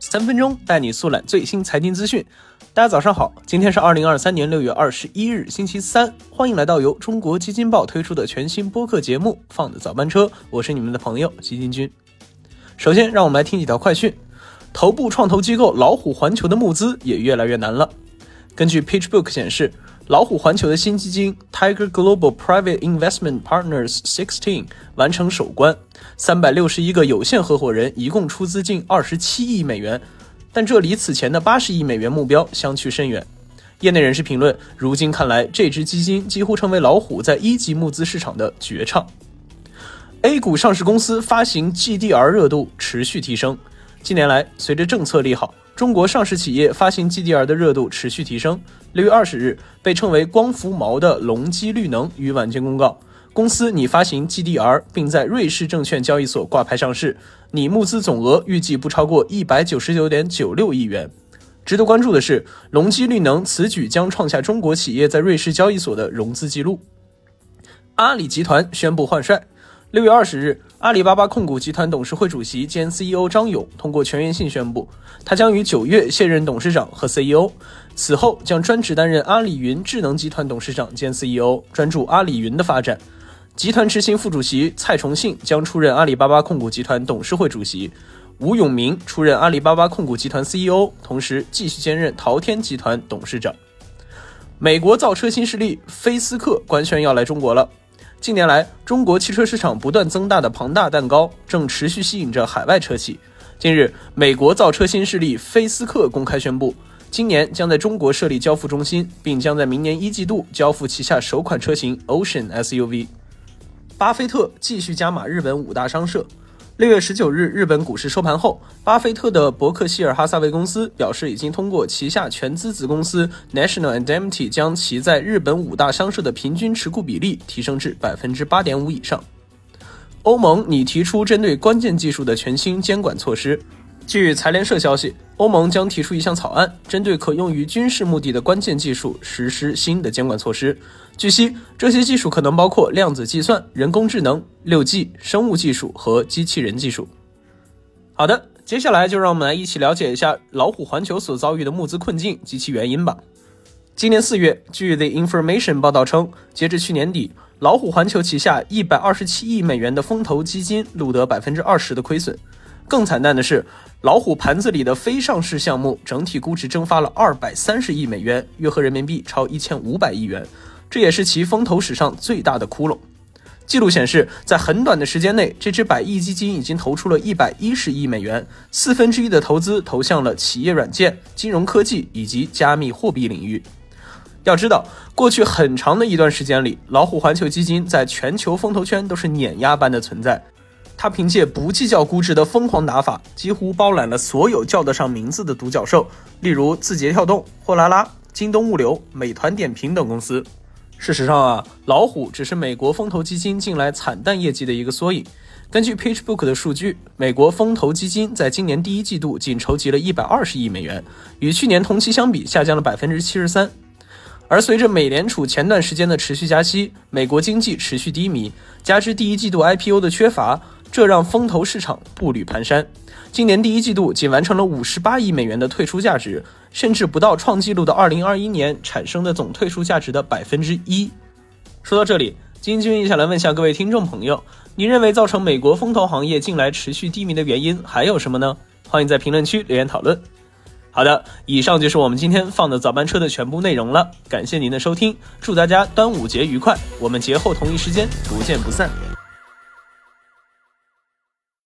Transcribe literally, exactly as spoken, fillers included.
三分钟带你速览最新财经资讯。大家早上好，今天是二零二三年六月二十一日星期三，欢迎来到由中国基金报推出的全新播客节目《放的早班车》，我是你们的朋友基金君。首先让我们来听几条快讯。头部创投机构老虎环球的募资也越来越难了。根据 PitchBook 显示，老虎环球的新基金 Tiger Global Private Investment Partners 十六完成首关，三百六十一个有限合伙人一共出资近二十七亿美元，但这离此前的八十亿美元目标相去甚远。业内人士评论，如今看来这支基金几乎成为老虎在一级募资市场的绝唱。A 股上市公司发行 G D R 热度持续提升。近年来，随着政策利好，中国上市企业发行 G D R 的热度持续提升。六月二十日，被称为光伏锚的隆基绿能于晚间公告，公司拟发行 G D R， 并在瑞士证券交易所挂牌上市，拟募资总额预计不超过 一百九十九点九六亿元。值得关注的是，隆基绿能此举将创下中国企业在瑞士交易所的融资记录。阿里集团宣布换帅。六月二十日，阿里巴巴控股集团董事会主席兼 C E O 张勇通过全员信宣布，他将于九月卸任董事长和 C E O， 此后将专职担任阿里云智能集团董事长兼 C E O， 专注阿里云的发展。集团执行副主席蔡崇信将出任阿里巴巴控股集团董事会主席，吴永明出任阿里巴巴控股集团 C E O， 同时继续兼任淘天集团董事长。美国造车新势力菲斯克官宣要来中国了。近年来，中国汽车市场不断增大的庞大蛋糕正持续吸引着海外车企。近日，美国造车新势力菲斯克公开宣布，今年将在中国设立交付中心，并将在明年一季度交付旗下首款车型 Ocean S U V。巴菲特继续加码日本五大商社。六月十九日，日本股市收盘后，巴菲特的伯克希尔哈撒韦公司表示，已经通过旗下全资子公司 National Indemnity 将其在日本五大商社的平均持股比例提升至 百分之八点五 以上。欧盟拟提出针对关键技术的全新监管措施。据财联社消息，欧盟将提出一项草案，针对可用于军事目的的关键技术实施新的监管措施。据悉，这些技术可能包括量子计算、人工智能、六 G、生物技术和机器人技术。好的，接下来就让我们来一起了解一下老虎环球所遭遇的募资困境及其原因吧。今年四月，据 The Information 报道称，截至去年底，老虎环球旗下一百二十七亿美元的风投基金录得 百分之二十 的亏损。更惨淡的是，老虎盘子里的非上市项目整体估值蒸发了二百三十亿美元，约合人民币超一千五百亿元，这也是其风投史上最大的窟窿。记录显示，在很短的时间内，这支百亿基金已经投出了一百一十亿美元，四分之一的投资投向了企业软件、金融科技以及加密货币领域。要知道，过去很长的一段时间里，老虎环球基金在全球风投圈都是碾压般的存在。他凭借不计较估值的疯狂打法，几乎包揽了所有叫得上名字的独角兽，例如字节跳动、货拉拉、京东物流、美团点评等公司。事实上啊，老虎只是美国风投基金近来惨淡业绩的一个缩影。根据 PitchBook 的数据，美国风投基金在今年第一季度仅筹集了一百二十亿美元，与去年同期相比下降了 百分之七十三。而随着美联储前段时间的持续加息，美国经济持续低迷，加之第一季度 I P O 的缺乏，这让风投市场步履蹒跚。今年第一季度仅完成了五十八亿美元的退出价值，甚至不到创纪录的二零二一年产生的总退出价值的 百分之一。 说到这里，金军也想来问下各位听众朋友，你认为造成美国风投行业近来持续低迷的原因还有什么呢？欢迎在评论区留言讨论。好的，以上就是我们今天放的早班车的全部内容了，感谢您的收听，祝大家端午节愉快，我们节后同一时间不见不散。